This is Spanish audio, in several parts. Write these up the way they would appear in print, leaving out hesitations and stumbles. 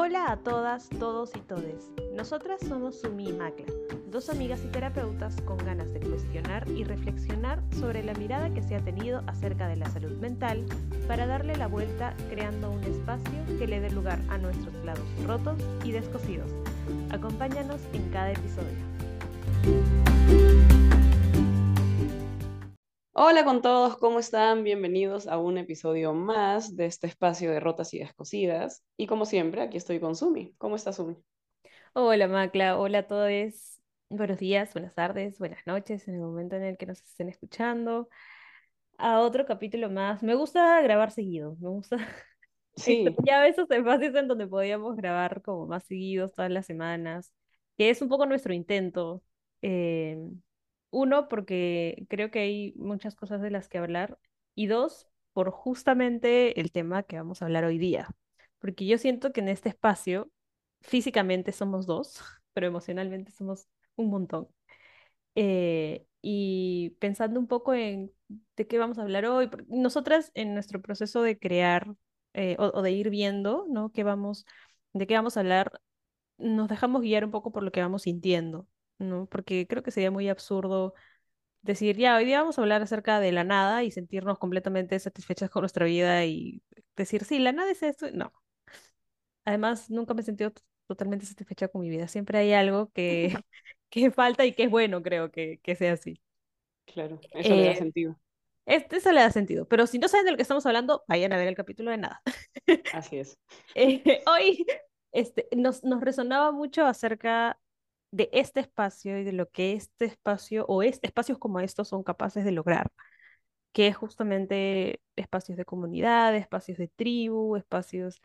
Hola a todas, todos y todes. Nosotras somos Sumi y Macla, dos amigas y terapeutas con ganas de cuestionar y reflexionar sobre la mirada que se ha tenido acerca de la salud mental para darle la vuelta creando un espacio que le dé lugar a nuestros lados rotos y descosidos. Acompáñanos en cada episodio. Hola con todos, ¿cómo están? Bienvenidos a un episodio más de este espacio de rotas y descosidas. Y como siempre, aquí estoy con Sumi. ¿Cómo está Sumi? Hola Macla, hola a todos. Buenos días, buenas tardes, buenas noches en el momento en el que nos estén escuchando. A otro capítulo más. Me gusta grabar seguido, me gusta. Sí, Extrañaba esos espacios en donde podíamos grabar como más seguidos todas las semanas, que es un poco nuestro intento. Eh, Uno, porque creo que hay muchas cosas de las que hablar, y dos, por justamente el tema que vamos a hablar hoy día. Porque yo siento que en este espacio físicamente somos dos, pero emocionalmente somos un montón. Y pensando un poco en de qué vamos a hablar hoy, nosotras en nuestro proceso de crear o de ir viendo, ¿no? De qué vamos a hablar, nos dejamos guiar un poco por lo que vamos sintiendo, ¿no? Porque creo que sería muy absurdo decir, ya, hoy día vamos a hablar acerca de la nada y sentirnos completamente satisfechas con nuestra vida y decir, sí, la nada es esto. No. Además, nunca me he sentido totalmente satisfecha con mi vida. Siempre hay algo que falta y que es bueno, creo que sea así. claro, eso le da Eh, sentido. eso le da sentido, pero si no saben de lo que estamos hablando, vayan a ver el capítulo de nada. Así es. Hoy nos resonaba mucho acerca de este espacio y de lo que este espacio espacios como estos son capaces de lograr, que es justamente espacios de comunidad, espacios de tribu, espacios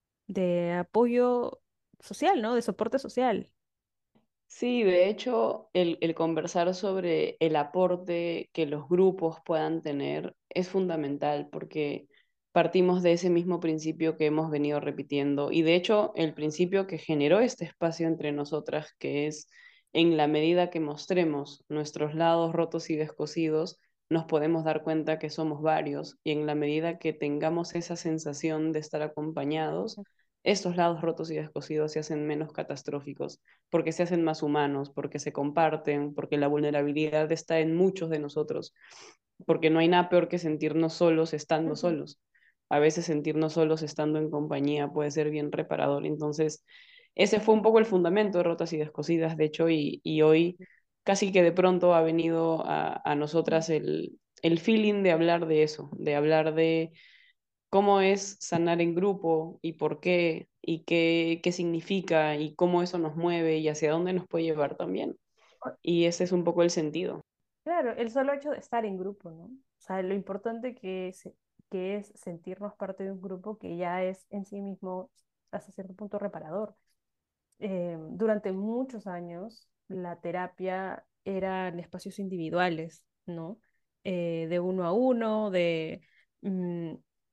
de apoyo social, ¿no? De soporte social. Sí, de hecho, el conversar sobre el aporte que los grupos puedan tener es fundamental porque partimos de ese mismo principio que hemos venido repitiendo y de hecho el principio que generó este espacio entre nosotras, que es en la medida que mostremos nuestros lados rotos y descosidos, nos podemos dar cuenta que somos varios y en la medida que tengamos esa sensación de estar acompañados, estos lados rotos y descosidos se hacen menos catastróficos porque se hacen más humanos, porque se comparten, porque la vulnerabilidad está en muchos de nosotros, porque no hay nada peor que sentirnos solos estando Ujú. solos. A veces sentirnos solos estando en compañía puede ser bien reparador. Entonces, ese fue un poco el fundamento de Rotas y Descosidas, de hecho, y hoy casi que de pronto ha venido a nosotras el feeling de hablar de eso, de hablar de cómo es sanar en grupo y por qué y qué significa y cómo eso nos mueve y hacia dónde nos puede llevar también. Y ese es un poco el sentido. Claro, el solo hecho de estar en grupo, ¿no? O sea, lo importante que es sentirnos parte de un grupo que ya es en sí mismo hasta cierto punto reparador. Durante muchos años, la terapia eran espacios individuales, ¿no? De uno a uno, mm,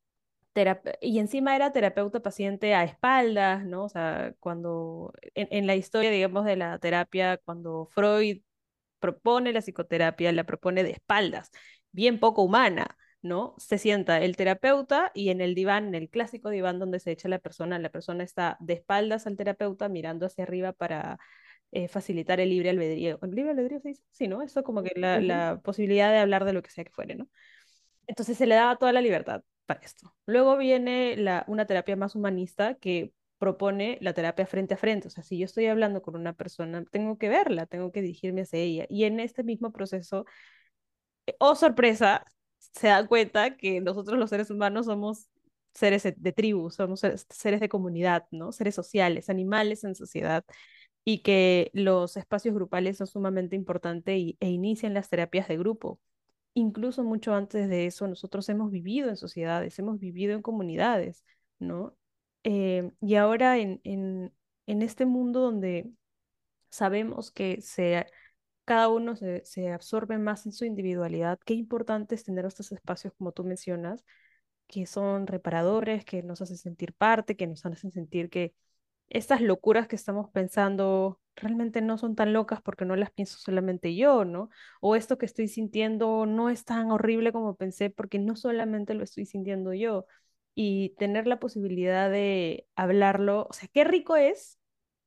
y encima era terapeuta-paciente a espaldas, ¿no? O sea, cuando en la historia, digamos, de la terapia, cuando Freud propone la psicoterapia, la propone de espaldas, bien poco humana, ¿no? Se sienta el terapeuta y en el diván, en el clásico diván donde se echa la persona está de espaldas al terapeuta mirando hacia arriba para facilitar el libre albedrío. ¿El libre albedrío se dice? Sí, ¿no? Eso como que Ujú. la posibilidad de hablar de lo que sea que fuere, ¿no? Entonces se le daba toda la libertad para esto. Luego viene una terapia más humanista que propone la terapia frente a frente. O sea, si yo estoy hablando con una persona, tengo que verla, tengo que dirigirme hacia ella. Y en este mismo proceso, oh sorpresa, se dan cuenta que nosotros los seres humanos somos seres de tribu, somos seres de comunidad, ¿no? Seres sociales, animales en sociedad, y que los espacios grupales son sumamente importantes e inician las terapias de grupo. Incluso mucho antes de eso, nosotros hemos vivido en sociedades, hemos vivido en comunidades, ¿no? Y ahora en este mundo donde sabemos que cada uno se absorbe más en su individualidad, qué importante es tener estos espacios, como tú mencionas, que son reparadores, que nos hacen sentir parte, que nos hacen sentir que estas locuras que estamos pensando realmente no son tan locas porque no las pienso solamente yo, ¿no? O esto que estoy sintiendo no es tan horrible como pensé porque no solamente lo estoy sintiendo yo. y tener la posibilidad de hablarlo, o sea, qué rico es,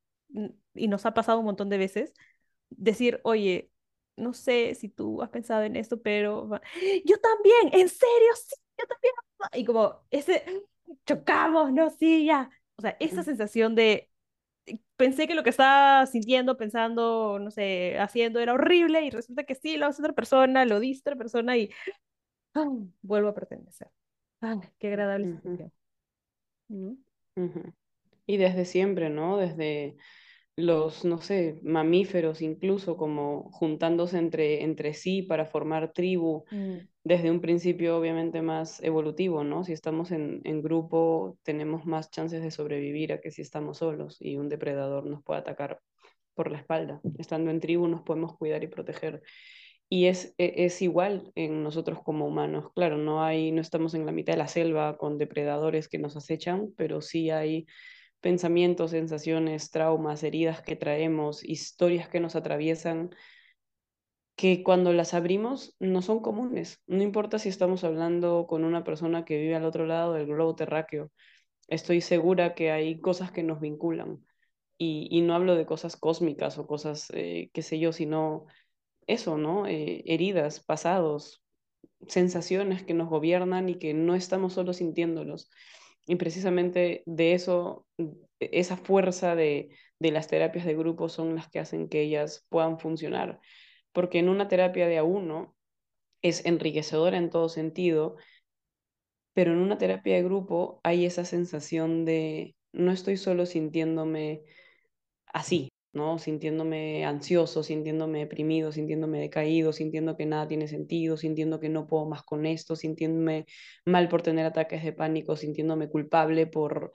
y nos ha pasado un montón de veces, decir, oye, no sé si tú has pensado en esto, pero yo también, en serio, sí, yo también. Y como ese, chocamos, ¿no? Sí, ya. O sea, esa sensación de, pensé que lo que estaba sintiendo, pensando, no sé, haciendo era horrible y resulta que sí, lo hace otra persona, lo dice otra persona y vuelvo a pertenecer. Qué agradable Ujú, sensación. ¿No? ujú. Y desde siempre, ¿no? Desde los, no sé, mamíferos incluso, como juntándose entre sí para formar tribu, Mm, desde un principio obviamente más evolutivo, ¿no? Si estamos en grupo, tenemos más chances de sobrevivir a que si estamos solos y un depredador nos puede atacar por la espalda. Estando en tribu nos podemos cuidar y proteger. Y es igual en nosotros como humanos. Claro, no estamos en la mitad de la selva con depredadores que nos acechan, pero sí hay pensamientos, sensaciones, traumas, heridas que traemos, historias que nos atraviesan, que cuando las abrimos no son comunes. No importa si estamos hablando con una persona que vive al otro lado del globo terráqueo. Estoy segura que hay cosas que nos vinculan. Y no hablo de cosas cósmicas o cosas, qué sé yo, sino eso, ¿no? Heridas, pasados, sensaciones que nos gobiernan y que no estamos solo sintiéndolos. Y precisamente de eso, esa fuerza de las terapias de grupo son las que hacen que ellas puedan funcionar. Porque en una terapia de a uno es enriquecedora en todo sentido, pero en una terapia de grupo hay esa sensación de no estoy solo sintiéndome así, ¿no? Sintiéndome ansioso, sintiéndome deprimido, sintiéndome decaído, sintiendo que nada tiene sentido, sintiendo que no puedo más con esto, sintiéndome mal por tener ataques de pánico, sintiéndome culpable por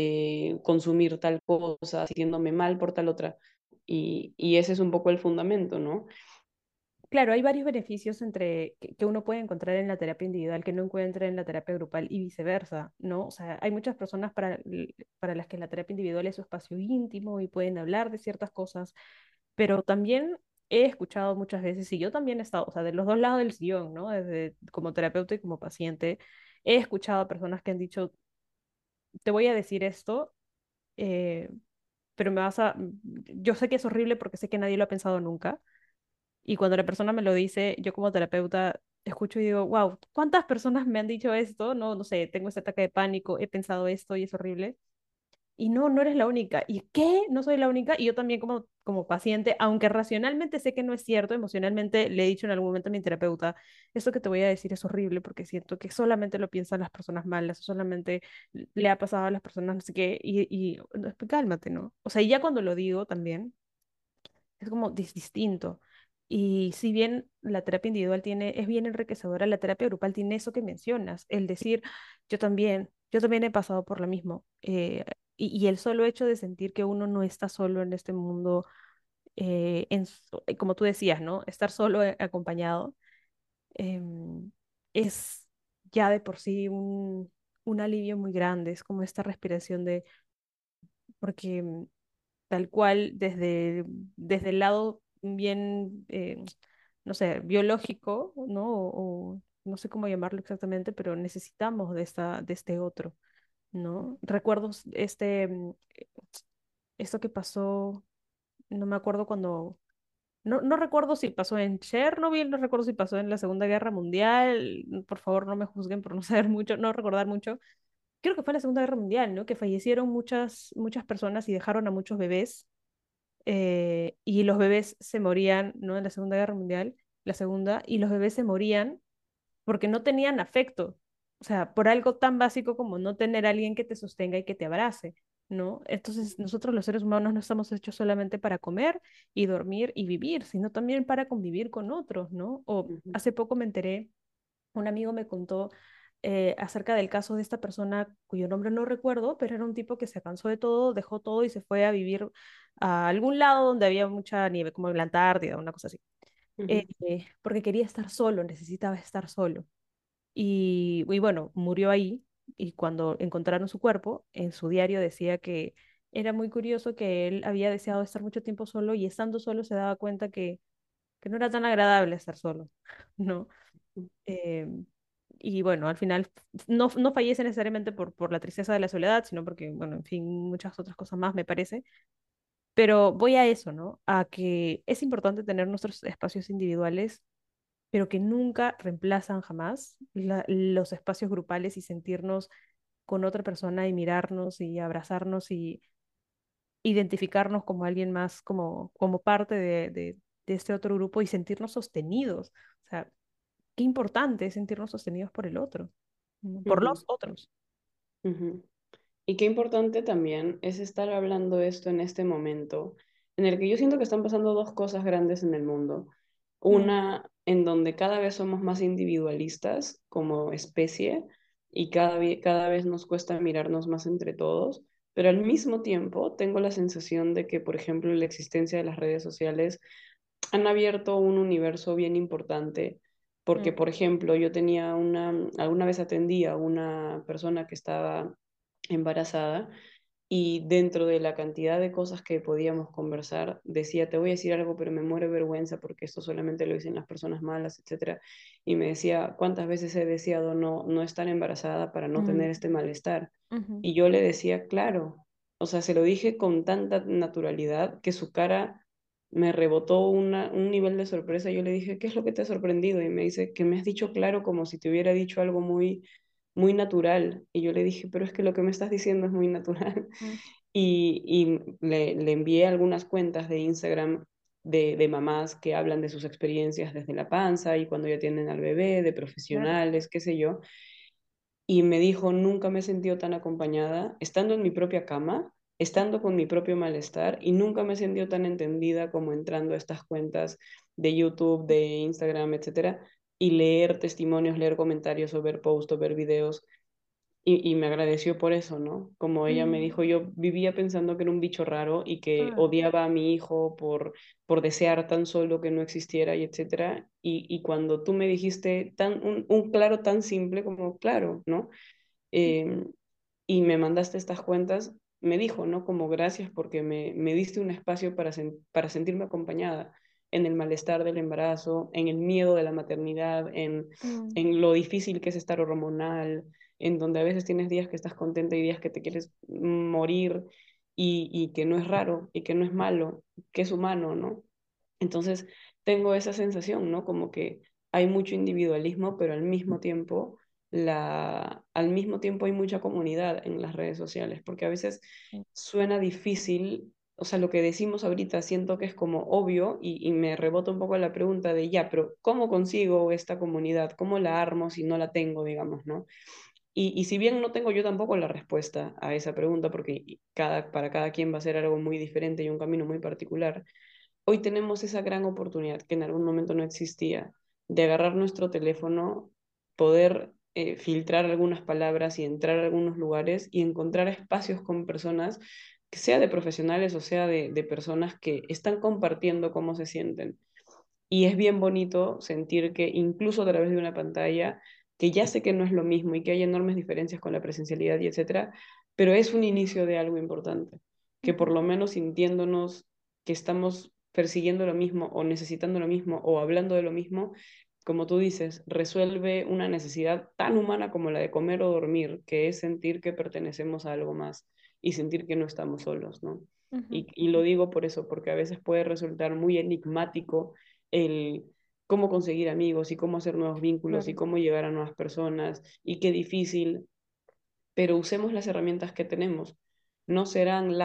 consumir tal cosa, sintiéndome mal por tal otra. Y ese es un poco el fundamento, ¿no? claro, hay varios beneficios que uno puede encontrar en la terapia individual que no encuentra en la terapia grupal y viceversa, ¿no? O sea, hay muchas personas para las que la terapia individual es su espacio íntimo y pueden hablar de ciertas cosas, pero también he escuchado muchas veces, y yo también he estado, o sea, de los dos lados del sillón, ¿no? Desde como terapeuta y como paciente, he escuchado a personas que han dicho, te voy a decir esto, eh, pero yo sé que es horrible porque sé que nadie lo ha pensado nunca y cuando la persona me lo dice, yo como terapeuta escucho y digo, wow, ¿cuántas personas me han dicho esto? No, no sé, tengo este ataque de pánico, he pensado esto y es horrible. Y no, no eres la única. ¿Y qué? No soy la única. Y yo también como paciente, aunque racionalmente sé que no es cierto, emocionalmente le he dicho en algún momento a mi terapeuta, esto que te voy a decir es horrible porque siento que solamente lo piensan las personas malas, solamente le ha pasado a las personas no sé qué, no, cálmate, ¿no? O sea, y ya cuando lo digo también es como distinto. Y si bien la terapia individual es bien enriquecedora, la terapia grupal tiene eso que mencionas, el decir, yo también he pasado por lo mismo. Y el solo hecho de sentir que uno no está solo en este mundo, como tú decías, ¿no? Estar solo acompañado, em, es ya de por sí un alivio muy grande, es como esta respiración porque tal cual desde el lado bien, no sé, biológico, ¿no? O no sé cómo llamarlo exactamente, pero necesitamos de este otro, ¿no? Recuerdo esto que pasó, no me acuerdo cuando, no recuerdo si pasó en Chernobyl, no recuerdo si pasó en la Segunda Guerra Mundial, por favor no me juzguen por no saber mucho, no recordar mucho. Creo que fue en la Segunda Guerra Mundial, ¿no? Que fallecieron muchas personas y dejaron a muchos bebés y los bebés se morían, ¿no? En la Segunda Guerra Mundial, la segunda, y los bebés se morían porque no tenían afecto, o sea, por algo tan básico como no tener a alguien que te sostenga y que te abrace, ¿no? Entonces, nosotros los seres humanos no estamos hechos solamente para comer y dormir y vivir, sino también para convivir con otros, ¿no? O Ujú, hace poco me enteré, un amigo me contó acerca del caso de esta persona cuyo nombre no recuerdo, pero era un tipo que se cansó de todo, dejó todo y se fue a vivir a algún lado donde había mucha nieve, como en la Antártida, una cosa así, ujú, porque quería estar solo, necesitaba estar solo. Y bueno, murió ahí y cuando encontraron su cuerpo, en su diario decía que era muy curioso que él había deseado estar mucho tiempo solo y estando solo se daba cuenta que no era tan agradable estar solo, ¿no? ujú. Eh, y bueno, al final no fallece necesariamente por la tristeza de la soledad, sino porque, bueno, en fin, muchas otras cosas más me parece. Pero voy a eso, ¿no? A que es importante tener nuestros espacios individuales, pero que nunca reemplazan jamás los espacios grupales y sentirnos con otra persona y mirarnos y abrazarnos y identificarnos como alguien más, como parte de este otro grupo y sentirnos sostenidos. O sea, qué importante es sentirnos sostenidos por el otro, ¿no? Por Ujú, los otros. ujú. Y qué importante también es estar hablando esto en este momento, en el que yo siento que están pasando dos cosas grandes en el mundo. Mm, Una en donde cada vez somos más individualistas como especie y cada vez nos cuesta mirarnos más entre todos, pero al mismo tiempo tengo la sensación de que, por ejemplo, la existencia de las redes sociales han abierto un universo bien importante, porque, mm, por ejemplo, alguna vez atendí a una persona que estaba embarazada y dentro de la cantidad de cosas que podíamos conversar, decía, te voy a decir algo, pero me muero de vergüenza porque esto solamente lo dicen las personas malas, etcétera. Y me decía, ¿cuántas veces he deseado no estar embarazada para no mm, tener este malestar? ujú, Y yo le decía, claro, o sea, se lo dije con tanta naturalidad que su cara me rebotó un nivel de sorpresa. Yo le dije, ¿qué es lo que te ha sorprendido? Y me dice, que me has dicho claro como si te hubiera dicho algo muy natural. Y yo le dije, pero es que lo que me estás diciendo es muy natural. mm, Le envié algunas cuentas de Instagram de mamás que hablan de sus experiencias desde la panza y cuando ya tienen al bebé, de claro. profesionales, qué sé yo. Y me dijo, nunca me he sentido tan acompañada, estando en mi propia cama, estando con mi propio malestar, y nunca me he sentido tan entendida como entrando a estas cuentas de YouTube, de Instagram, etcétera, y leer testimonios, leer comentarios o ver posts o ver videos y me agradeció por eso, ¿no? Como ella me Mm, dijo, yo vivía pensando que era un bicho raro y que claro. odiaba a mi hijo por desear tan solo que no existiera y etcétera. Y cuando tú me dijiste un claro tan simple como claro, ¿no? Eh, y me mandaste estas cuentas, me dijo, ¿no? Como gracias porque me diste un espacio para sentirme acompañada en el malestar del embarazo, en el miedo de la maternidad, Mm, en lo difícil que es estar hormonal, en donde a veces tienes días que estás contenta y días que te quieres morir y que no es raro y que no es malo, que es humano, ¿no? Entonces tengo esa sensación, ¿no? Como que hay mucho individualismo, pero al mismo tiempo hay mucha comunidad en las redes sociales, porque a veces mm, suena difícil, o sea, lo que decimos ahorita siento que es como obvio y me rebota un poco la pregunta de ya, pero ¿cómo consigo esta comunidad? ¿Cómo la armo si no la tengo, digamos, ¿no? Y si bien no tengo yo tampoco la respuesta a esa pregunta, porque para cada quien va a ser algo muy diferente y un camino muy particular, hoy tenemos esa gran oportunidad que en algún momento no existía, de agarrar nuestro teléfono, poder filtrar algunas palabras y entrar a algunos lugares y encontrar espacios con personas, que sea de profesionales o sea de personas que están compartiendo cómo se sienten. Y es bien bonito sentir que incluso a través de una pantalla, que ya sé que no es lo mismo y que hay enormes diferencias con la presencialidad y etcétera, pero es un inicio de algo importante, que ujú, por lo menos sintiéndonos que estamos persiguiendo lo mismo o necesitando lo mismo o hablando de lo mismo, como tú dices, resuelve una necesidad tan humana como la de comer o dormir, que es sentir que pertenecemos a algo más y sentir que no estamos solos, ¿no? ujú, Y lo digo por eso, porque a veces puede resultar muy enigmático el cómo conseguir amigos y cómo hacer nuevos vínculos y claro. cómo llegar a nuevas personas y qué difícil, pero usemos las herramientas que tenemos. No serán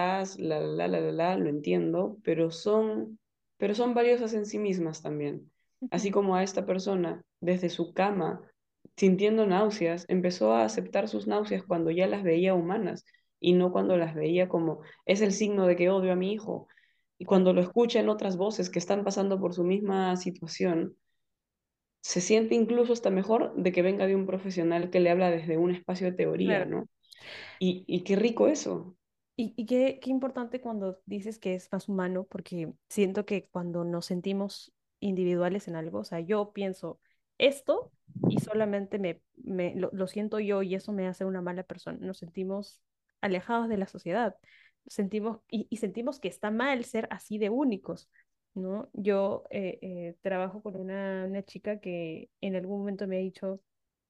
lo entiendo, pero son valiosas en sí mismas también. Así Ujú, como a esta persona, desde su cama, sintiendo náuseas, empezó a aceptar sus náuseas cuando ya las veía humanas y no cuando las veía como es el signo de que odio a mi hijo. Y claro, cuando lo escucha en otras voces que están pasando por su misma situación, se siente incluso hasta mejor de que venga de un profesional que le habla desde un espacio de teoría, claro. ¿no? Y qué rico eso. Y qué importante cuando dices que es más humano, porque siento que cuando nos sentimos individuales en algo, o sea, yo pienso esto y solamente lo siento yo y eso me hace una mala persona. Nos sentimos alejados de la sociedad, sentimos, y sentimos que está mal ser así de únicos, ¿no? Yo trabajo con una chica que en algún momento me ha dicho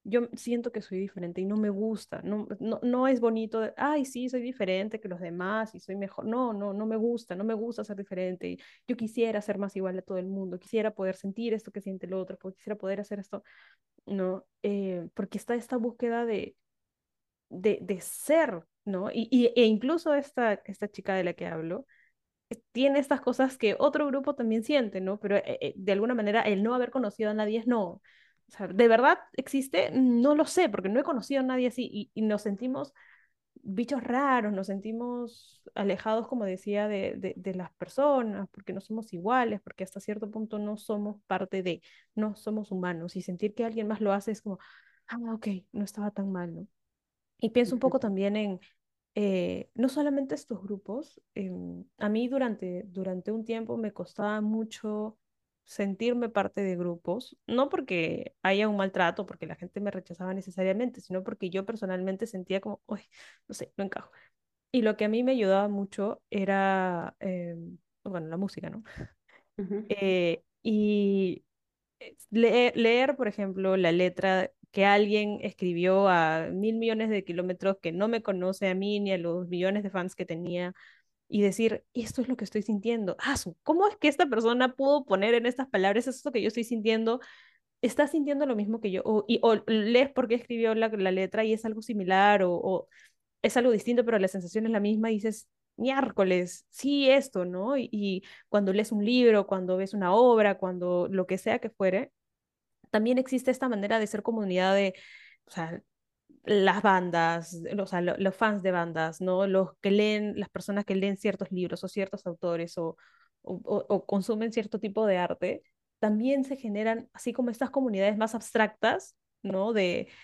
yo siento que soy diferente y no me gusta, no es bonito, ay, sí, soy diferente que los demás y soy mejor. No me gusta, no me gusta ser diferente. Y yo quisiera ser más igual a todo el mundo, quisiera poder sentir esto que siente el otro, quisiera poder hacer esto, ¿no? Porque está esta búsqueda de ser, ¿no? E incluso esta chica de la que hablo tiene estas cosas que otro grupo también siente, ¿no? Pero de alguna manera el no haber conocido a nadie es no. O sea, ¿de verdad existe? No lo sé, porque no he conocido a nadie así y nos sentimos bichos raros, nos sentimos alejados, como decía, de las personas, porque no somos iguales, porque hasta cierto punto no somos parte de, no somos humanos y sentir que alguien más lo hace es como, ah, ok, no estaba tan mal, ¿no? Y pienso un poco también en, no solamente estos grupos, a mí durante un tiempo me costaba mucho sentirme parte de grupos, no porque haya un maltrato, porque la gente me rechazaba necesariamente, sino porque yo personalmente sentía como, uy, no sé, no encajo. Y lo que a mí me ayudaba mucho era, bueno, la música, ¿no? Ujú, Y leer, por ejemplo, la letra que alguien escribió a 1.000 millones de kilómetros que no me conoce a mí ni a los millones de fans que tenía y decir, esto es lo que estoy sintiendo. Ah, ¿cómo es que esta persona pudo poner en estas palabras esto que yo estoy sintiendo? ¿Está sintiendo lo mismo que yo? O lees por qué escribió la letra y es algo similar o es algo distinto, pero la sensación es la misma y dices, miércoles, sí, esto, ¿no? Y cuando lees un libro, cuando ves una obra, cuando lo que sea que fuere, también existe esta manera de ser comunidad de, o sea, las bandas, o sea, los fans de bandas, ¿no? Los que leen, las personas que leen ciertos libros o ciertos autores o consumen cierto tipo de arte, también se generan, así como estas comunidades más abstractas, ¿no?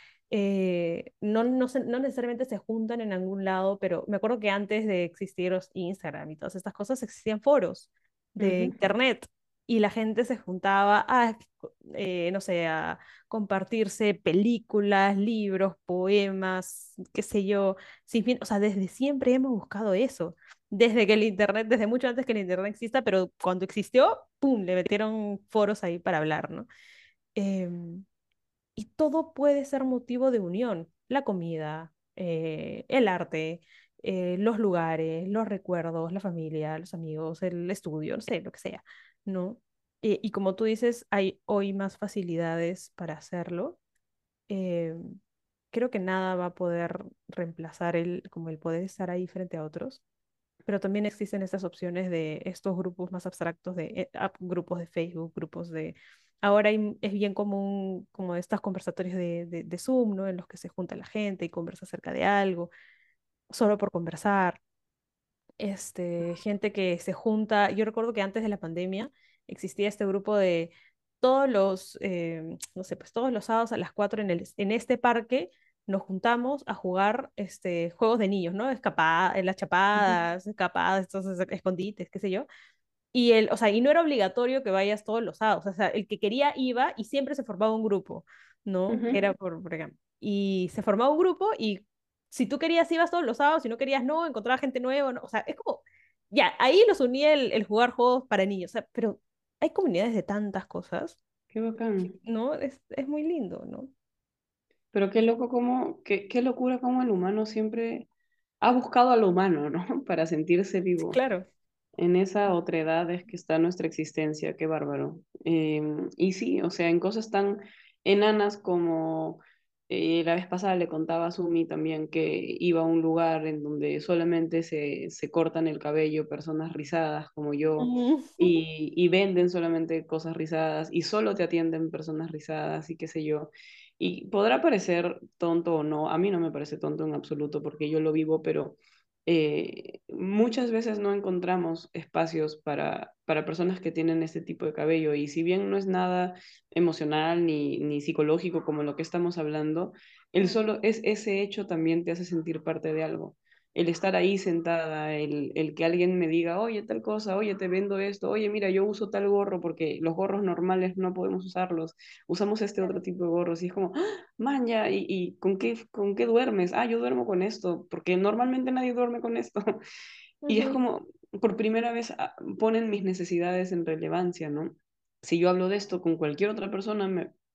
No necesariamente se juntan en algún lado, pero me acuerdo que antes de existir Instagram y todas estas cosas, existían foros de ujú. internet y la gente se juntaba no sé, a compartirse películas, libros, poemas, qué sé yo, sin fin, o sea, desde siempre hemos buscado eso, desde que el internet, desde mucho antes que el internet exista, pero cuando existió, ¡pum!, le metieron foros ahí para hablar, ¿no? Em, y todo puede ser motivo de unión, la comida, el arte, los lugares, los recuerdos, la familia, los amigos, el estudio, no sé, lo que sea, ¿no? Y como tú dices, hay hoy más facilidades para hacerlo. eh, Creo que nada va a poder reemplazar como el poder estar ahí frente a otros, pero también existen estas opciones de estos grupos más abstractos, de grupos de Facebook, grupos de... Ahora es bien común como estos conversatorios de Zoom, ¿no? En los que se junta la gente y conversa acerca de algo, solo por conversar. Gente que se junta. Yo recuerdo que antes de la pandemia existía este grupo de todos los, no sé, pues todos los sábados a las 4 en este parque nos juntamos a jugar juegos de niños, ¿no? En las Ujú, chapadas, escapadas, estos escondites, qué sé yo. O sea, y no era obligatorio que vayas todos los sábados, o sea, el que quería iba y siempre se formaba un grupo, ¿no? Que ujú. era por ejemplo. Y se formaba un grupo y si tú querías ibas todos los sábados, si no querías no, encontraba gente nueva, ¿no? O sea, es como, ya, ahí los unía el jugar juegos para niños, o sea, pero hay comunidades de tantas cosas, Qué bacán. ¿no? Es muy lindo, ¿no? Pero qué loco como, qué locura como el humano siempre ha buscado a lo humano, ¿no? Para sentirse vivo. Claro. En esa otredad es que está nuestra existencia, qué bárbaro. Y sí, o sea, en cosas tan enanas como la vez pasada le contaba a Sumi también que iba a un lugar en donde solamente se cortan el cabello personas rizadas como yo Mm. y venden solamente cosas rizadas y solo te atienden personas rizadas y qué sé yo. Y podrá parecer tonto o no, a mí no me parece tonto en absoluto porque yo lo vivo, pero muchas veces no encontramos espacios para personas que tienen este tipo de cabello y si bien no es nada emocional ni psicológico como lo que estamos hablando, el Mm. solo es ese hecho también te hace sentir parte de algo. El estar ahí sentada, el que alguien me diga, oye, tal cosa, oye, te vendo esto, oye, mira, yo uso tal gorro porque los gorros normales no podemos usarlos, usamos este otro Claro. tipo de gorros y es como, man, ya, ¿y con qué duermes? Ah, yo duermo con esto, porque normalmente nadie duerme con esto. Y es Ujú. como, por primera vez ponen mis necesidades en relevancia, ¿no? Si yo hablo de esto con cualquier otra persona,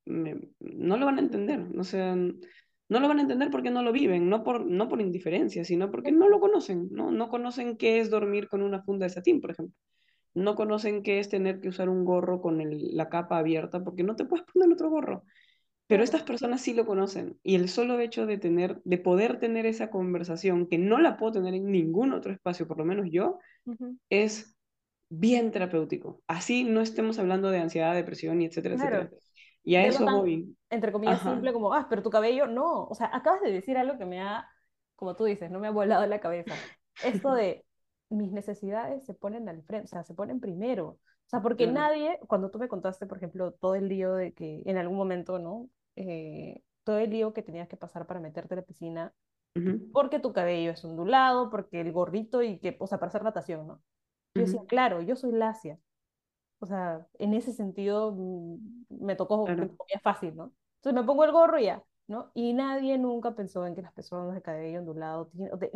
no lo van a entender. O sea, no lo van a entender porque no lo viven, no por indiferencia, sino porque no lo conocen, ¿no? No conocen qué es dormir con una funda de satín, por ejemplo. No conocen qué es tener que usar un gorro con la capa abierta porque no te puedes poner otro gorro. Pero Claro. estas personas sí lo conocen y el solo hecho de poder tener esa conversación, que no la puedo tener en ningún otro espacio, por lo menos yo, Ujú. es bien terapéutico. Así no estemos hablando de ansiedad, depresión y etcétera, Claro. etcétera. Y a De algo eso tan, voy. entre comillas, Ajá, simple como, pero tu cabello, no. O sea, acabas de decir algo que me ha, como tú dices, no me ha volado la cabeza. Esto de mis necesidades se ponen al frente, o sea, se ponen primero. O sea, porque claro. nadie, cuando tú me contaste, por ejemplo, todo el lío de que en algún momento, ¿no? Todo el lío que tenías que pasar para meterte a la piscina, Ujú, porque tu cabello es ondulado, porque el gorrito y que, o sea, para hacer natación, ¿no? Yo decía, ujú, claro, yo soy lacia. O sea, en ese sentido me tocó que claro, me comía fácil, ¿no? Entonces me pongo el gorro y ya, ¿no? Y nadie nunca pensó en que las personas de cabello ondulado,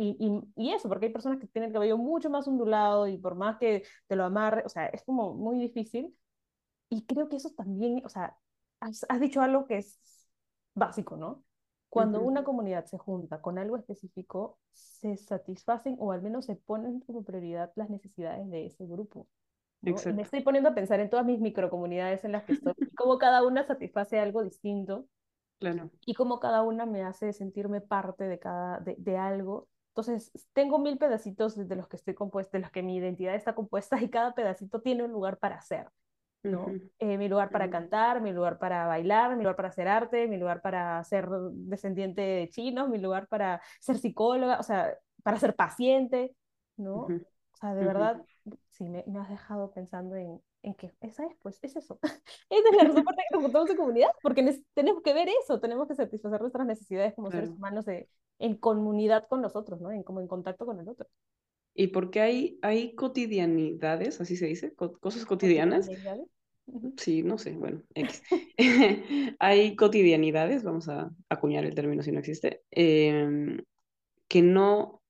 y eso, porque hay personas que tienen el cabello mucho más ondulado y por más que te lo amarre, o sea, es como muy difícil. Y creo que eso también, o sea, has dicho algo que es básico, ¿no? Cuando ujú, una comunidad se junta con algo específico, se satisfacen o al menos se ponen como prioridad las necesidades de ese grupo. ¿No? Y me exacto. estoy poniendo a pensar en todas mis microcomunidades en las que estoy, y cómo cada una satisface algo distinto Claro. y cómo cada una me hace sentirme parte de algo. Entonces, tengo mil pedacitos de los que estoy compuesta, de los que mi identidad está compuesta y cada pedacito tiene un lugar para hacer, Ujú, ¿no? Mi lugar para ujú, cantar, mi lugar para bailar, mi lugar para hacer arte, mi lugar para ser descendiente de chinos, mi lugar para ser psicóloga, o sea, para ser paciente, ¿no? ujú, O sea, de ujú. verdad, sí, me has dejado pensando en que esa es, pues, es eso. Esa es la razón por la que nos juntamos en comunidad, porque tenemos que ver eso, tenemos que satisfacer nuestras necesidades como seres Claro. humanos en comunidad con los otros, ¿no? Como en contacto con el otro. Y porque hay cotidianidades, así se dice, cosas cotidianas. Cotidianidades. Ujú. Sí, no sé, bueno, X. Hay cotidianidades, vamos a acuñar el término si no existe, que no,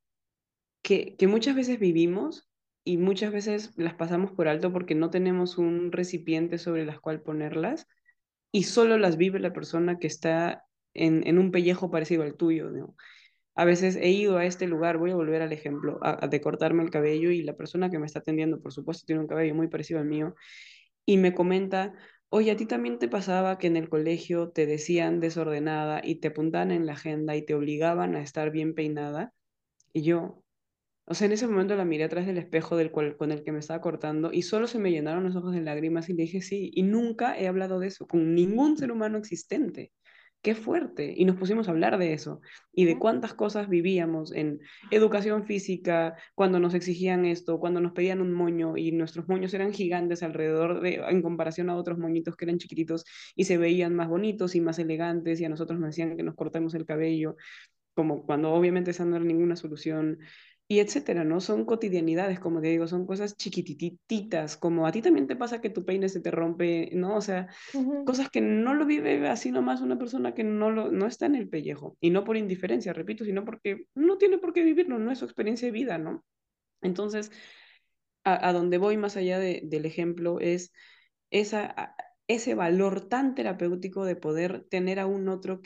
que muchas veces vivimos y muchas veces las pasamos por alto porque no tenemos un recipiente sobre las cual ponerlas y solo las vive la persona que está en un pellejo parecido al tuyo, ¿no? A veces he ido a este lugar, voy a volver al ejemplo, a de cortarme el cabello y la persona que me está atendiendo, por supuesto, tiene un cabello muy parecido al mío y me comenta, oye, ¿a ti también te pasaba que en el colegio te decían desordenada y te apuntaban en la agenda y te obligaban a estar bien peinada? Y yo, o sea, en ese momento la miré atrás del espejo con el que me estaba cortando y solo se me llenaron los ojos de lágrimas y le dije sí, y nunca he hablado de eso con ningún ser humano existente. Qué fuerte. Y nos pusimos a hablar de eso y de Ujú. cuántas cosas vivíamos en educación física, cuando nos exigían esto, cuando nos pedían un moño y nuestros moños eran gigantes en comparación a otros moñitos que eran chiquititos y se veían más bonitos y más elegantes y a nosotros nos decían que nos cortemos el cabello como cuando obviamente esa no era ninguna solución, y etcétera, ¿no? Son cotidianidades, como te digo, son cosas chiquitititas, como a ti también te pasa que tu peine se te rompe, ¿no? O sea, Ujú. cosas que no lo vive así nomás una persona que no está en el pellejo, y no por indiferencia, repito, sino porque no tiene por qué vivirlo, no es su experiencia de vida, ¿no? Entonces, a donde voy más allá del ejemplo es esa, ese valor tan terapéutico de poder tener a un otro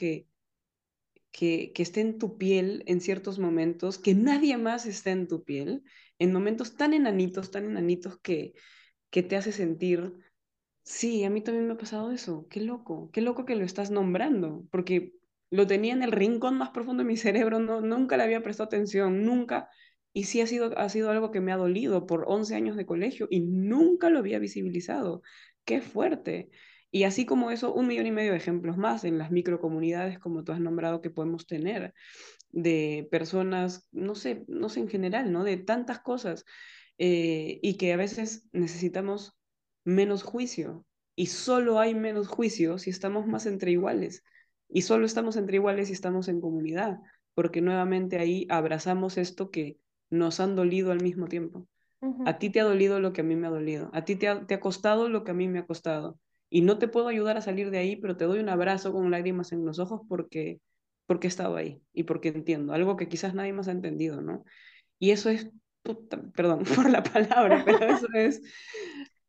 que esté en tu piel en ciertos momentos, que nadie más esté en tu piel, en momentos tan enanitos que te hace sentir, sí, a mí también me ha pasado eso, qué loco que lo estás nombrando, porque lo tenía en el rincón más profundo de mi cerebro, no, nunca le había prestado atención, nunca, y sí ha sido algo que me ha dolido por 11 años de colegio y nunca lo había visibilizado. Qué fuerte. Y así como eso, un millón y medio de ejemplos más en las microcomunidades, como tú has nombrado, que podemos tener, de personas, no sé en general, ¿no? De tantas cosas, y que a veces necesitamos menos juicio, y solo hay menos juicio si estamos más entre iguales, y solo estamos entre iguales si estamos en comunidad, porque nuevamente ahí abrazamos esto que nos han dolido al mismo tiempo. Ujú. A ti te ha dolido lo que a mí me ha dolido. A ti te ha costado lo que a mí me ha costado. Y no te puedo ayudar a salir de ahí, pero te doy un abrazo con lágrimas en los ojos porque he estado ahí y porque entiendo. Algo que quizás nadie más ha entendido, ¿no? Y eso es, perdón por la palabra, pero eso es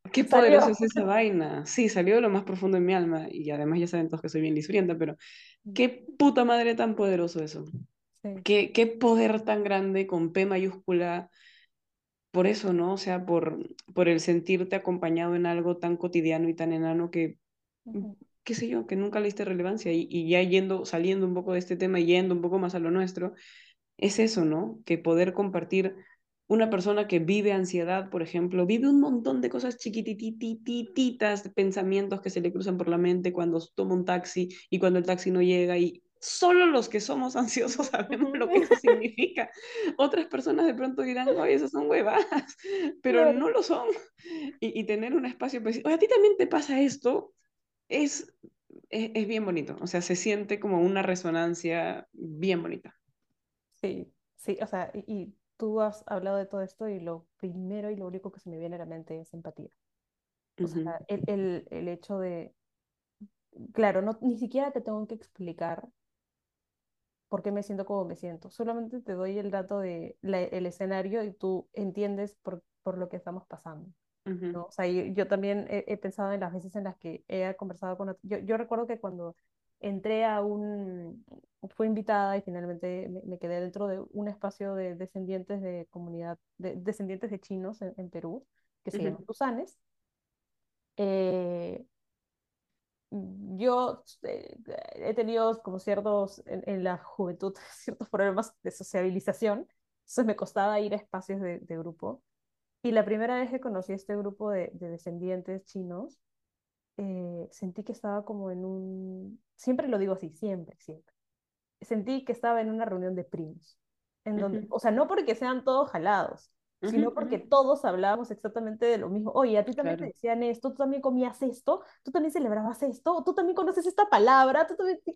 Qué poderosa Salió. es esa vaina. Sí, salió de lo más profundo de mi alma y además ya saben todos que soy bien lisurienta, pero qué puta madre tan poderoso eso. Sí. Qué poder tan grande con P mayúscula por eso, ¿no? O sea, por el sentirte acompañado en algo tan cotidiano y tan enano que, Ujú, qué sé yo, que nunca le diste relevancia y ya yendo, saliendo un poco de este tema y yendo un poco más a lo nuestro, es eso, ¿no? Que poder compartir una persona que vive ansiedad, por ejemplo, vive un montón de cosas chiquititititas, de pensamientos que se le cruzan por la mente cuando toma un taxi y cuando el taxi no llega y solo los que somos ansiosos ujú, sabemos ujú. lo que eso significa. Otras personas de pronto dirán, oye, esas son huevadas, pero Claro. no lo son. Y tener un espacio para decir, oye, a ti también te pasa esto, es, es bien bonito. O sea, se siente como una resonancia bien bonita. Sí, sí, o sea, y tú has hablado de todo esto y lo primero y lo único que se me viene a la mente es empatía. O sea, Ujú, el hecho de, claro, no, ni siquiera te tengo que explicar por qué me siento como me siento, solamente te doy el dato de el escenario y tú entiendes por lo que estamos pasando. ujú, ¿No? O sea, yo también he pensado en las veces en las que he conversado con yo recuerdo que cuando entré a fui invitada y finalmente me quedé dentro de un espacio de descendientes de comunidad, de descendientes de chinos en Perú, que se llama ujú, Tusanes. Eh, yo he tenido como ciertos, en la juventud, ciertos problemas de sociabilización, entonces me costaba ir a espacios de grupo. Y la primera vez que conocí a este grupo de descendientes chinos, sentí que estaba como en siempre lo digo así, siempre, siempre. Sentí que estaba en una reunión de primos, en donde, ujú, o sea, no porque sean todos jalados, ujú, sino ujú. porque todos hablábamos exactamente de lo mismo. Oye, a ti también te Claro. decían esto, tú también comías esto, tú también celebrabas esto, tú también conoces esta palabra, tú también...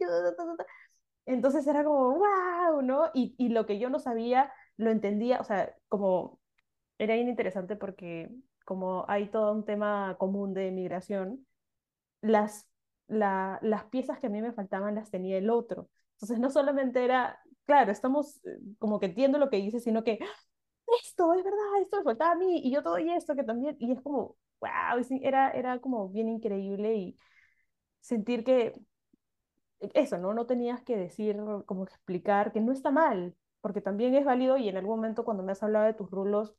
Entonces era como, wow, ¿no? Y lo que yo no sabía, lo entendía, o sea, como era bien interesante porque como hay todo un tema común de migración, las, las piezas que a mí me faltaban las tenía el otro. Entonces no solamente era, claro, estamos como que entiendo lo que dice, sino que esto es verdad, esto me faltaba a mí y yo todo y esto que también, y es como, wow, era como bien increíble y sentir que eso, ¿no? No tenías que decir, como que explicar que no está mal, porque también es válido y en algún momento cuando me has hablado de tus rulos,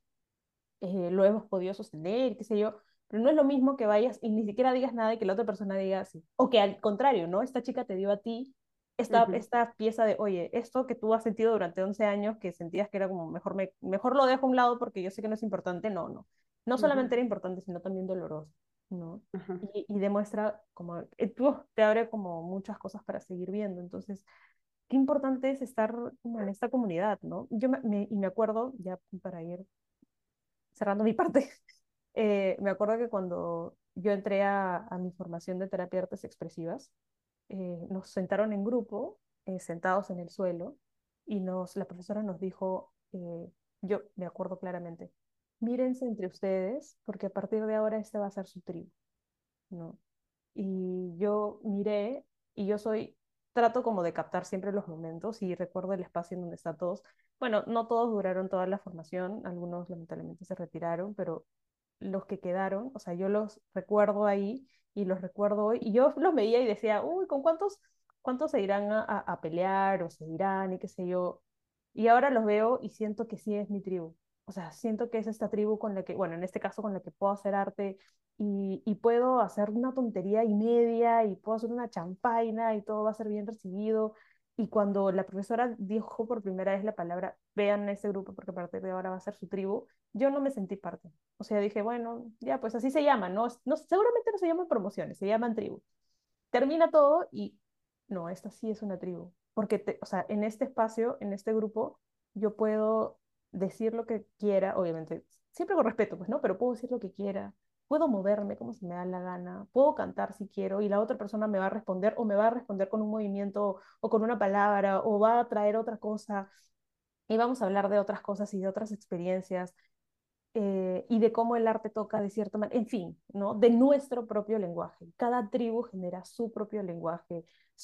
lo hemos podido sostener, qué sé yo, pero no es lo mismo que vayas y ni siquiera digas nada y que la otra persona diga así. O que al contrario, ¿no? Esta chica te dio a ti Ujú, esta pieza de, oye, esto que tú has sentido durante 11 años, que sentías que era como, mejor lo dejo a un lado porque yo sé que no es importante, no, no. No ujú, solamente era importante, sino también doloroso, ¿no? ajá. Y demuestra como, te abre como muchas cosas para seguir viendo. Entonces, qué importante es estar como en esta comunidad, ¿no? Y me acuerdo, ya para ir cerrando mi parte, me acuerdo que cuando yo entré a mi formación de terapia de artes expresivas, nos sentaron en grupo, sentados en el suelo, y la profesora nos dijo, yo me acuerdo claramente, mírense entre ustedes, porque a partir de ahora esta va a ser su tribu, ¿no? Y yo miré y trato como de captar siempre los momentos y recuerdo el espacio en donde están todos. Bueno, no todos duraron toda la formación, algunos lamentablemente se retiraron, pero los que quedaron, o sea, yo los recuerdo ahí y los recuerdo hoy y yo los veía y decía, uy, ¿con cuántos se irán a pelear o se irán y qué sé yo? Y ahora los veo y siento que sí es mi tribu. O sea, siento que es esta tribu con la que, bueno, en este caso con la que puedo hacer arte y puedo hacer una tontería y media y puedo hacer una champaina y todo va a ser bien recibido. Y cuando la profesora dijo por primera vez la palabra, vean ese grupo porque a partir de ahora va a ser su tribu, yo no me sentí parte. O sea, dije, bueno, ya, pues así se llama, ¿no? No, seguramente no se llaman promociones, se llaman tribu. Termina todo y no, esta sí es una tribu. Porque, o sea, en este espacio, en este grupo, yo puedo decir lo que quiera, obviamente, siempre con respeto, pues, ¿no? Pero puedo decir lo que quiera, puedo moverme como se me da la gana, puedo cantar si quiero y la otra persona me va a responder o me va a responder con un movimiento o con una palabra o va a traer otra cosa y vamos a hablar de otras cosas y de otras experiencias y de cómo el arte toca de cierta manera, en fin, ¿no? De nuestro propio lenguaje. Cada tribu genera su propio lenguaje,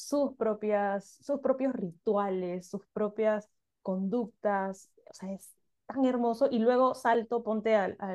sus propios rituales, sus propias conductas, o sea, es tan hermoso. Y luego salto, ponte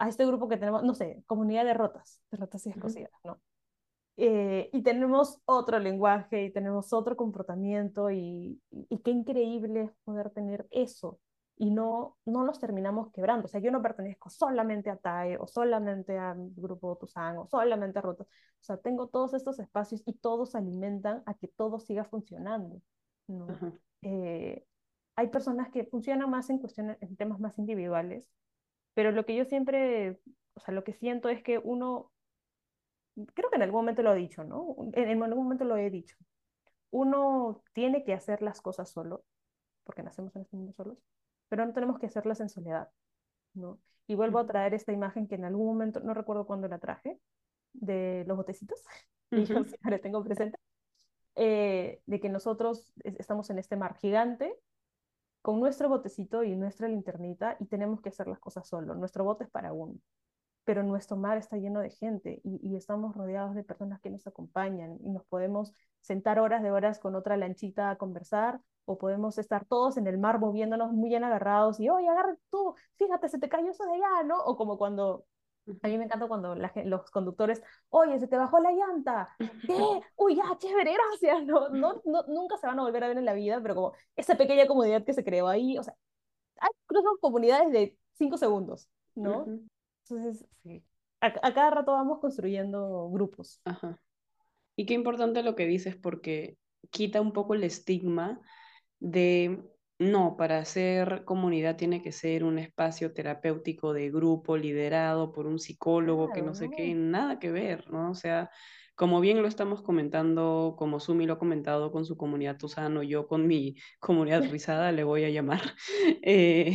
a este grupo que tenemos, no sé, comunidad de rotas y Ujú, descosidas, ¿no? Y tenemos otro lenguaje y tenemos otro comportamiento y qué increíble es poder tener eso y no los terminamos quebrando. O sea, yo no pertenezco solamente a TAE o solamente al grupo Tuzán o solamente a Rotas. O sea, tengo todos estos espacios y todos alimentan a que todo siga funcionando, ¿no? ajá, Eh, Hay personas que funcionan más en cuestiones, en temas más individuales, pero lo que yo siempre, o sea, lo que siento es que uno creo que en algún momento lo he dicho, ¿no? En algún momento lo he dicho. Uno tiene que hacer las cosas solo, porque nacemos en este mundo solos, pero no tenemos que hacerlas en soledad, ¿no? Y vuelvo a traer esta imagen que en algún momento, no recuerdo cuándo la traje, de los botecitos, que yo ujú, siempre tengo presente, de que nosotros estamos en este mar gigante con nuestro botecito y nuestra linternita y tenemos que hacer las cosas solo. Nuestro bote es para uno, pero nuestro mar está lleno de gente y estamos rodeados de personas que nos acompañan y nos podemos sentar horas de horas con otra lanchita a conversar o podemos estar todos en el mar moviéndonos muy bien agarrados y, oye, agarra tú, fíjate, se te cayó eso de allá, ¿no? O como cuando, a ujú. mí me encanta cuando los conductores, oye, se te bajó la llanta. ¿Qué? Uy, ya, chévere, gracias. No, no, no, nunca se van a volver a ver en la vida, pero como esa pequeña comunidad que se creó ahí, o sea, hay incluso comunidades de 5 segundos, ¿no? Ujú, Entonces, sí. A cada rato vamos construyendo grupos. ajá. Y qué importante lo que dices porque quita un poco el estigma de, no, para hacer comunidad tiene que ser un espacio terapéutico de grupo liderado por un psicólogo que Claro, no sé qué, ¿no? nada que ver, ¿no? O sea, como bien lo estamos comentando, como Sumi lo ha comentado con su comunidad Tusano, yo con mi comunidad rizada le voy a llamar. Eh,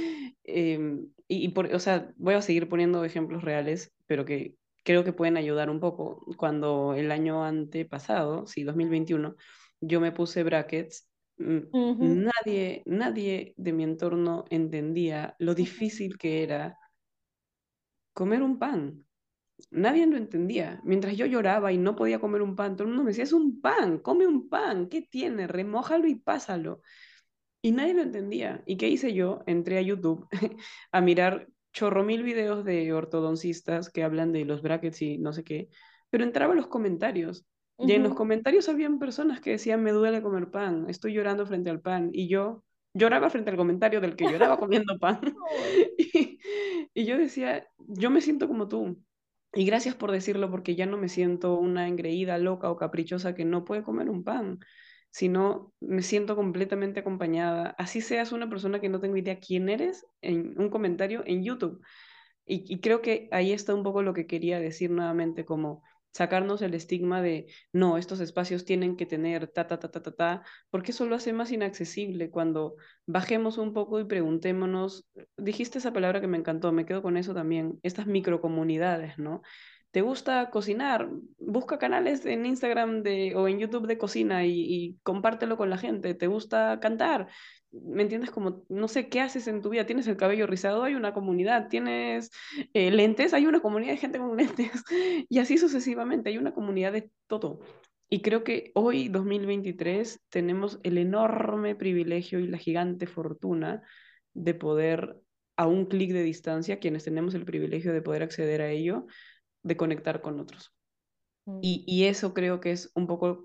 o sea, voy a seguir poniendo ejemplos reales, pero que creo que pueden ayudar un poco. Cuando el año antepasado, sí, 2021, yo me puse brackets. Ujú, Nadie de mi entorno entendía lo ujú, difícil que era comer un pan. Nadie lo entendía. Mientras yo lloraba y no podía comer un pan, todo el mundo me decía, es un pan, come un pan, ¿qué tiene? Remójalo y pásalo. Y nadie lo entendía. ¿Y qué hice yo? Entré a YouTube a mirar chorro mil videos de ortodoncistas que hablan de los brackets y no sé qué, pero entraba a los comentarios. Y en los ujú. comentarios habían personas que decían, me duele comer pan, estoy llorando frente al pan. Y yo lloraba frente al comentario del que lloraba comiendo pan. Ay, Y, y yo decía, yo me siento como tú. Y gracias por decirlo porque ya no me siento una engreída, loca o caprichosa que no puede comer un pan, sino me siento completamente acompañada. Así seas una persona que no tengo idea quién eres, en un comentario en YouTube. Y creo que ahí está un poco lo que quería decir nuevamente, como sacarnos el estigma de, no, estos espacios tienen que tener ta, ta, ta, ta, ta, ta, porque eso lo hace más inaccesible. Cuando bajemos un poco y preguntémonos, dijiste esa palabra que me encantó, me quedo con eso también, estas microcomunidades, ¿no? ¿Te gusta cocinar? Busca canales en Instagram o en YouTube de cocina y compártelo con la gente. ¿Te gusta cantar? ¿Me entiendes? Como, no sé, ¿qué haces en tu vida? ¿Tienes el cabello rizado? Hay una comunidad. ¿Tienes lentes? Hay una comunidad de gente con lentes. Y así sucesivamente, hay una comunidad de todo. Y creo que hoy, 2023, tenemos el enorme privilegio y la gigante fortuna de poder, a un clic de distancia, quienes tenemos el privilegio de poder acceder a ello, de conectar con otros. mm, Y eso creo que es un poco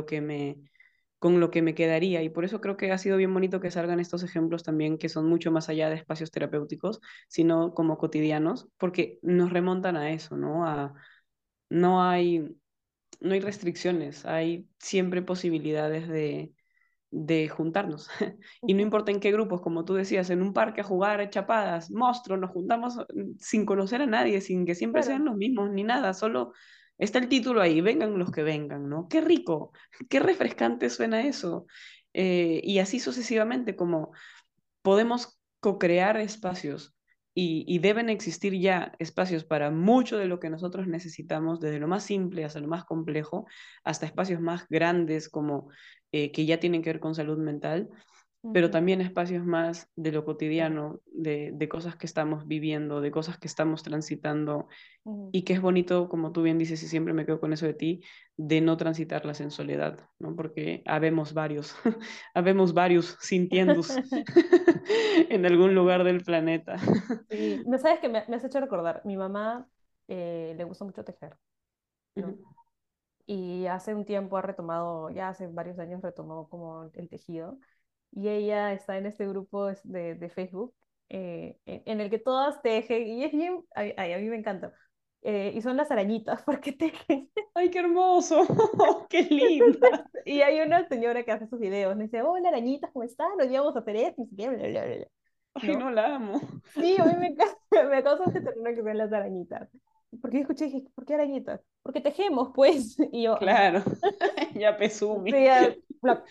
con lo que me quedaría. Y por eso creo que ha sido bien bonito que salgan estos ejemplos también, que son mucho más allá de espacios terapéuticos, sino como cotidianos, porque nos remontan a eso, ¿no? No hay, no hay restricciones, hay siempre posibilidades de juntarnos. Y no ujú. importa en qué grupos, como tú decías, en un parque a jugar chapadas, monstruos, nos juntamos sin conocer a nadie, sin que siempre Claro. sean los mismos ni nada, solo está el título ahí, vengan los que vengan, ¿no? Qué rico, qué refrescante suena eso. Y así sucesivamente, como podemos co-crear espacios y deben existir ya espacios para mucho de lo que nosotros necesitamos, desde lo más simple hasta lo más complejo, hasta espacios más grandes como que ya tienen que ver con salud mental. pero Ujú, también espacios más de lo cotidiano, de cosas que estamos viviendo, de cosas que estamos transitando, ujú. y que es bonito, como tú bien dices, y siempre me quedo con eso de ti, de no transitarlas en soledad, ¿no? Porque habemos varios, habemos varios sintiendos en algún lugar del planeta. Sí, ¿no sabes que me has hecho recordar? Mi mamá le gusta mucho tejer, ¿no? Ujú, Y hace un tiempo ha retomado, ya hace varios años retomó como el tejido. Y ella está en este grupo de Facebook en el que todas tejen y es bien, ay, a mí me encanta. Y son las arañitas porque tejen. ¡Ay, qué hermoso! ¡Qué linda! Y hay una señora que hace sus videos, me dice, hola arañitas, ¿cómo están? Hoy vamos a hacer esto, no sé qué, bla, bla, bla, bla", ¡Ay, ¿no? no la amo! Sí, a mí me encanta, me causa mucha ternura que sean las arañitas. Porque yo escuché, dije, ¿por qué arañitas? Porque tejemos, pues. Y yo, ah, Claro, ya sí, Pesumi. ya, plop.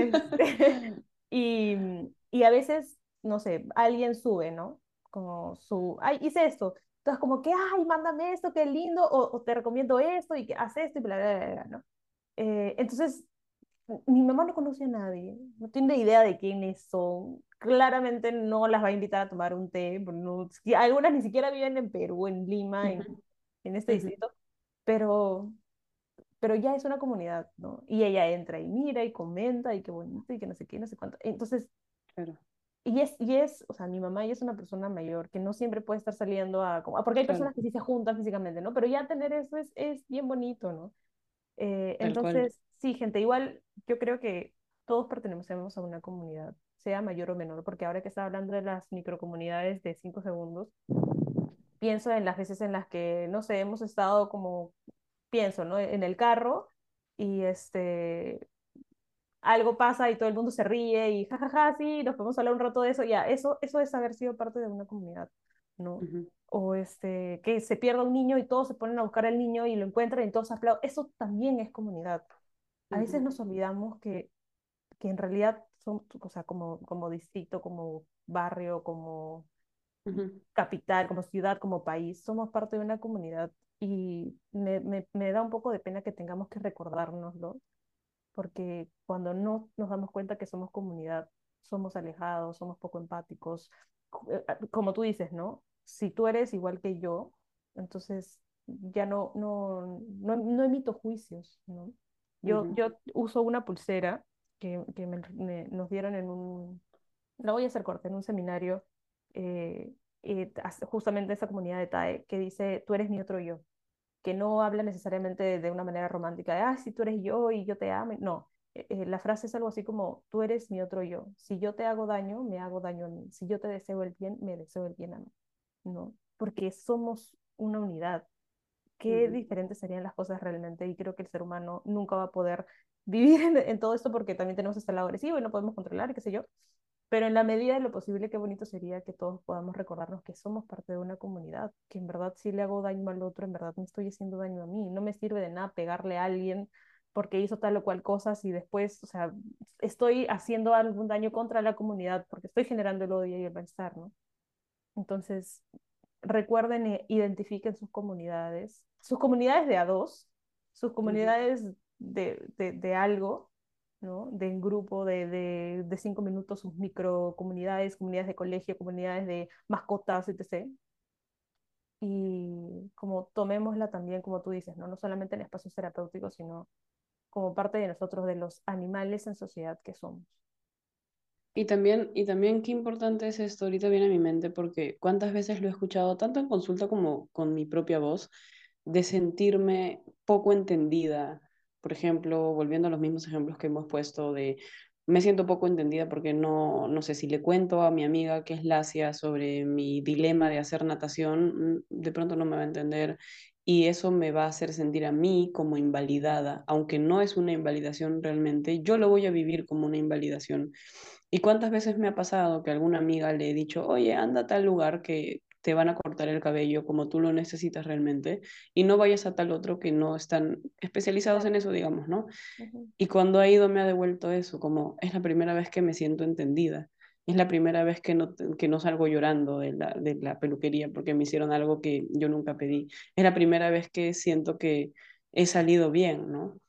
Y, y a veces, no sé, alguien sube, ¿no? Como su, ay, hice esto. Entonces, como que, ay, mándame esto, qué lindo, o te recomiendo esto, y que haz esto, y bla, bla, bla, bla, ¿no? Entonces, mi mamá no conoce a nadie, no tiene idea de quiénes son. Claramente no las va a invitar a tomar un té, no, algunas ni siquiera viven en Perú, en Lima, Ujú, en este ujú, distrito, pero pero ya es una comunidad, ¿no? Y ella entra y mira y comenta y qué bonito y que no sé qué, no sé cuánto. Entonces, claro, o sea, mi mamá ya es una persona mayor que no siempre puede estar saliendo porque hay claro, personas que sí se juntan físicamente, ¿no? Pero ya tener eso es bien bonito, ¿no? tal cual. Entonces, sí, gente, igual yo creo que todos pertenecemos a una comunidad, sea mayor o menor, porque ahora que estaba hablando de las microcomunidades de 5 segundos, pienso en las veces en las que, no sé, hemos estado como, pienso, ¿no? En el carro y algo pasa y todo el mundo se ríe y jajaja, sí, nos podemos hablar un rato de eso, ya, eso es haber sido parte de una comunidad, ¿no? Ujú, O que se pierda un niño y todos se ponen a buscar al niño y lo encuentran y todos aplauden, eso también es comunidad. A veces ujú, nos olvidamos que en realidad son, o sea, como distrito, como barrio, como ujú, capital, como ciudad, como país, somos parte de una comunidad y me da un poco de pena que tengamos que recordárnoslo, porque cuando no nos damos cuenta que somos comunidad, somos alejados, somos poco empáticos. Como tú dices, ¿no? Si tú eres igual que yo, entonces ya no emito juicios, ¿no? ujú, Yo uso una pulsera que nos dieron la voy a hacer corta, en un seminario, eh, justamente esa comunidad de TAE, que dice, tú eres mi otro yo, que no habla necesariamente de una manera romántica, de, ah, si tú eres yo y yo te amo. No, la frase es algo así como, tú eres mi otro yo. Si yo te hago daño, me hago daño a mí. Si yo te deseo el bien, me deseo el bien a mí. ¿No? Porque somos una unidad. Qué ujú. diferentes serían las cosas realmente. Y creo que el ser humano nunca va a poder vivir en todo esto porque también tenemos este lado agresivo y no podemos controlar, qué sé yo. Pero en la medida de lo posible, qué bonito sería que todos podamos recordarnos que somos parte de una comunidad, que en verdad si le hago daño al otro, en verdad me estoy haciendo daño a mí. No me sirve de nada pegarle a alguien porque hizo tal o cual cosa y después, o sea, estoy haciendo algún daño contra la comunidad porque estoy generando el odio y el malestar, ¿no? Entonces, recuerden e identifiquen sus comunidades de a dos, sus Ujú, comunidades de algo, ¿no? De en grupo, de 5 minutos, sus microcomunidades, comunidades de colegio, comunidades de mascotas, etc. Y como tomémosla también, como tú dices, ¿no? No solamente en espacios terapéuticos, sino como parte de nosotros, de los animales en sociedad que somos. y también qué importante es esto, ahorita viene a mi mente porque cuántas veces lo he escuchado, tanto en consulta como con mi propia voz, de sentirme poco entendida. Por ejemplo, volviendo a los mismos ejemplos que hemos puesto de me siento poco entendida porque no sé si le cuento a mi amiga que es lacia sobre mi dilema de hacer natación, de pronto no me va a entender y eso me va a hacer sentir a mí como invalidada, aunque no es una invalidación realmente, yo lo voy a vivir como una invalidación. ¿Y cuántas veces me ha pasado que a alguna amiga le he dicho, oye, anda a tal lugar que te van a cortar el cabello como tú lo necesitas realmente y no vayas a tal otro que no están especializados en Claro. eso, digamos, ¿no? Ujú. Y cuando ha ido me ha devuelto eso, como es la primera vez que me siento entendida. Es la primera vez que no salgo llorando de la peluquería porque me hicieron algo que yo nunca pedí. Es la primera vez que siento que he salido bien, ¿no?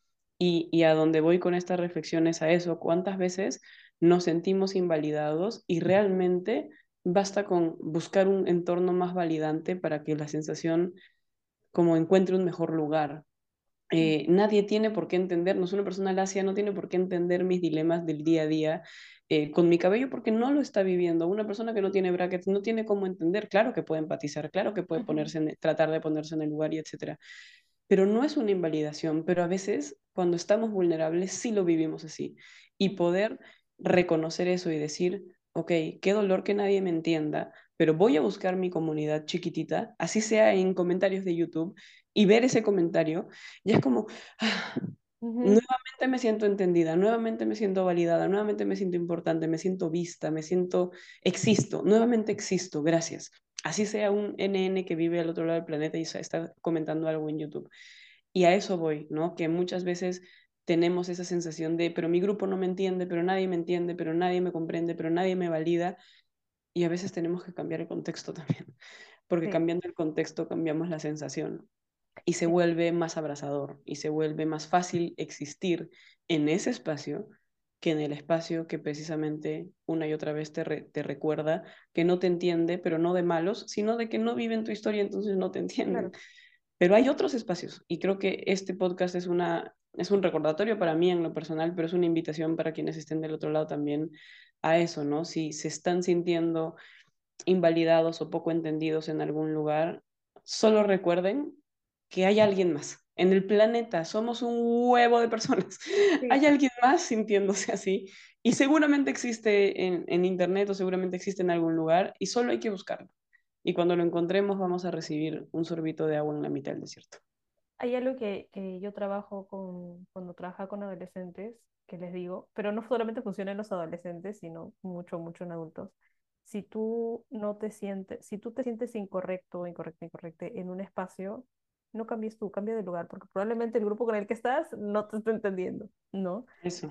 Y a donde voy con esta reflexión es a eso, cuántas veces nos sentimos invalidados y realmente basta con buscar un entorno más validante para que la sensación como encuentre un mejor lugar. Mm, Nadie tiene por qué entendernos, una persona lacia no tiene por qué entender mis dilemas del día a día con mi cabello porque no lo está viviendo. Una persona que no tiene brackets no tiene cómo entender, claro que puede empatizar, claro que puede ujú. ponerse tratar de ponerse en el lugar y etcétera, pero no es una invalidación, pero a veces cuando estamos vulnerables sí lo vivimos así. Y Ujú. poder reconocer eso y decir, ok, qué dolor que nadie me entienda, pero voy a buscar mi comunidad chiquitita, así sea en comentarios de YouTube, y ver ese comentario, ya es como, ah, Ujú. nuevamente me siento entendida, nuevamente me siento validada, nuevamente me siento importante, me siento vista, me siento, existo, nuevamente existo, gracias. Así sea un NN que vive al otro lado del planeta y está comentando algo en YouTube. Y a eso voy, ¿no? Que muchas veces tenemos esa sensación de, pero mi grupo no me entiende, pero nadie me entiende, pero nadie me comprende, pero nadie me valida. Y a veces tenemos que cambiar el contexto también, porque Sí, cambiando el contexto cambiamos la sensación y se sí, vuelve más abrazador y se vuelve más fácil existir en ese espacio que en el espacio que precisamente una y otra vez te recuerda que no te entiende, pero no de malos, sino de que no viven tu historia, entonces no te entienden. claro. Pero hay otros espacios y creo que este podcast es un recordatorio para mí en lo personal, pero es una invitación para quienes estén del otro lado también a eso, ¿no? Si se están sintiendo invalidados o poco entendidos en algún lugar, solo recuerden que hay alguien más. En el planeta somos un huevo de personas. Sí. Hay alguien más sintiéndose así y seguramente existe en internet o seguramente existe en algún lugar y solo hay que buscarlo. Y cuando lo encontremos vamos a recibir un sorbito de agua en la mitad del desierto. Hay algo que yo trabajo cuando trabajo con adolescentes, que les digo, pero no solamente funciona en los adolescentes, sino mucho, mucho en adultos. Si tú no te sientes, si tú te sientes incorrecto, incorrecto, incorrecto en un espacio, no cambies tú, cambia de lugar, porque probablemente el grupo con el que estás no te está entendiendo, ¿no? Eso.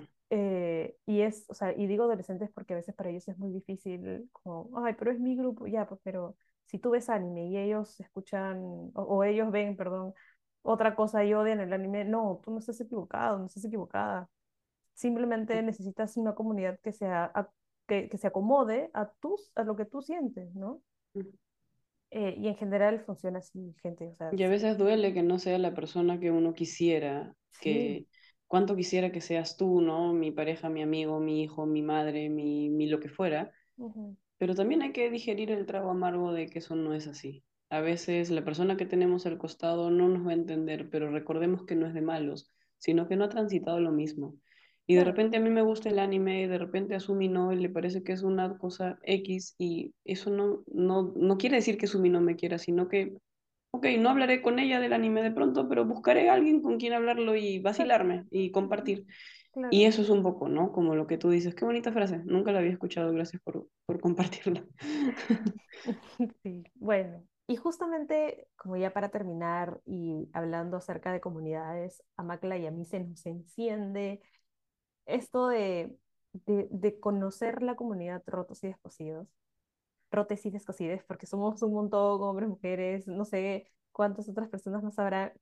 O sea, y digo adolescentes porque a veces para ellos es muy difícil, como, ay, pero es mi grupo, ya, pues, pero si tú ves anime y ellos escuchan, o ellos ven, perdón, otra cosa y odian el anime, no, tú no estás equivocado, no estás equivocada. Simplemente necesitas una comunidad que se acomode a lo que tú sientes, ¿no? Y en general funciona así, gente, o sea, Y a veces duele que no sea la persona que uno quisiera, sí. que cuánto quisiera que seas tú, ¿no? Mi pareja, mi amigo, mi hijo, mi madre, mi lo que fuera. Ujú. Pero también hay que digerir el trago amargo de que eso no es así. A veces la persona que tenemos al costado no nos va a entender, pero recordemos que no es de malos, sino que no ha transitado lo mismo. Y de Claro. repente a mí me gusta el anime, y de repente a Sumi no, y le parece que es una cosa X, y eso no quiere decir que Sumi no me quiera, sino que, ok, no hablaré con ella del anime de pronto, pero buscaré a alguien con quien hablarlo y Exacto. vacilarme y Ujú. compartir. Y Claro. eso es un poco, ¿no? Como lo que tú dices. Qué bonita frase. Nunca la había escuchado. Gracias por compartirla. Sí, bueno, y justamente como ya para terminar y hablando acerca de comunidades, a Macla y a mí se nos enciende esto de conocer la comunidad rotos y descosidos, rotes y descosides, porque somos un montón, hombres, mujeres, no sé cuántas otras personas más habrá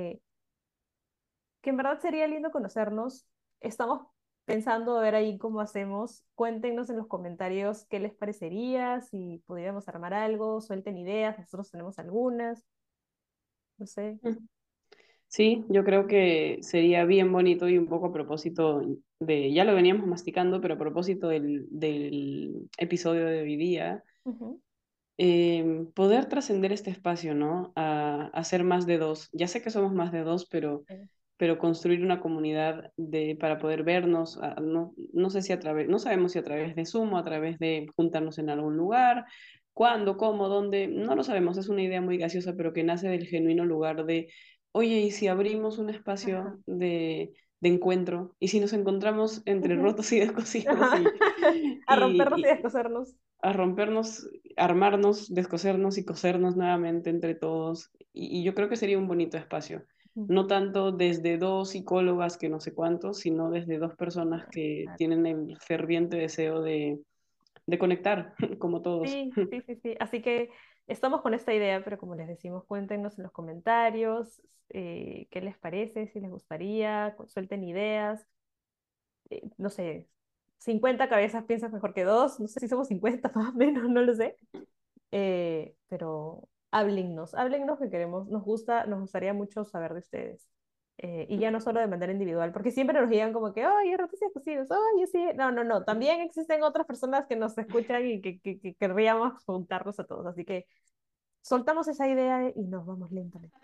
que en verdad sería lindo conocernos. Estamos pensando a ver ahí cómo hacemos. Cuéntenos en los comentarios qué les parecería, si pudiéramos armar algo, suelten ideas, nosotros tenemos algunas, no sé. Sí, yo creo que sería bien bonito y un poco a propósito de, ya lo veníamos masticando, pero a propósito del episodio de hoy día, Ujú. poder trascender este espacio, ¿no? A ser más de dos. Ya sé que somos más de dos, pero construir una comunidad para poder vernos, no sé si a través, no sabemos si a través de Zoom o a través de juntarnos en algún lugar, cuándo, cómo, dónde, no lo sabemos, es una idea muy gaseosa, pero que nace del genuino lugar de, oye, ¿y si abrimos un Ajá. espacio de encuentro? ¿Y si nos encontramos entre Ujú. rotos y descosidos Ajá. A rompernos y y descosernos. a rompernos, armarnos, descosernos y cosernos nuevamente entre todos? Y yo creo que sería un bonito espacio. Ujú. No tanto desde dos psicólogas que no sé cuántos, sino desde dos personas que Claro. tienen el ferviente deseo de conectar, como todos. Sí, sí, sí, sí. Así que estamos con esta idea, pero como les decimos, cuéntenos en los comentarios qué les parece, si les gustaría, suelten ideas, no sé, 50 cabezas piensan mejor que dos, no sé si somos 50 más o menos, no lo sé, pero háblennos que queremos, nos gustaría mucho saber de ustedes. Y ya no solo de manera individual, porque siempre nos digan como que, oye, noticias cocidas, oye, sí, no, no, no, también existen otras personas que nos escuchan y que querríamos juntarnos a todos, así que soltamos esa idea y nos vamos lentamente.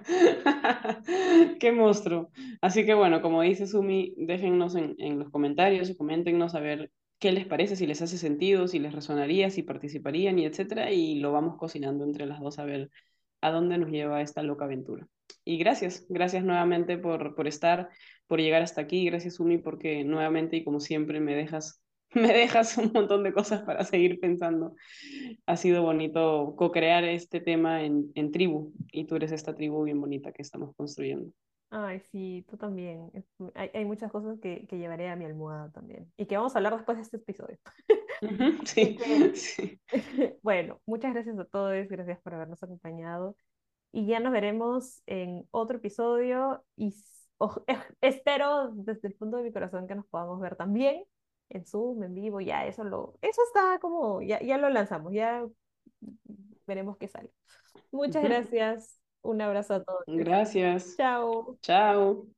Qué monstruo. Así que bueno, como dice Sumi, déjennos en los comentarios y coméntenos a ver qué les parece, si les hace sentido, si les resonaría, si participarían y etcétera, y lo vamos cocinando entre las dos a ver a dónde nos lleva esta loca aventura. Y gracias nuevamente por estar, por llegar hasta aquí, gracias Sumi, porque nuevamente y como siempre me dejas un montón de cosas para seguir pensando. Ha sido bonito co-crear este tema en tribu y tú eres esta tribu bien bonita que estamos construyendo. Ay, sí, tú también. Hay muchas cosas que llevaré a mi almohada también y que vamos a hablar después de este episodio. Ujú, Así sí, que, sí. bueno, muchas gracias a todos, gracias por habernos acompañado y ya nos veremos en otro episodio y espero desde el fondo de mi corazón que nos podamos ver también en Zoom, en vivo, ya eso está como, ya lo lanzamos, ya veremos qué sale. Muchas Ujú. gracias, un abrazo a todos. Gracias. Chao. Chao.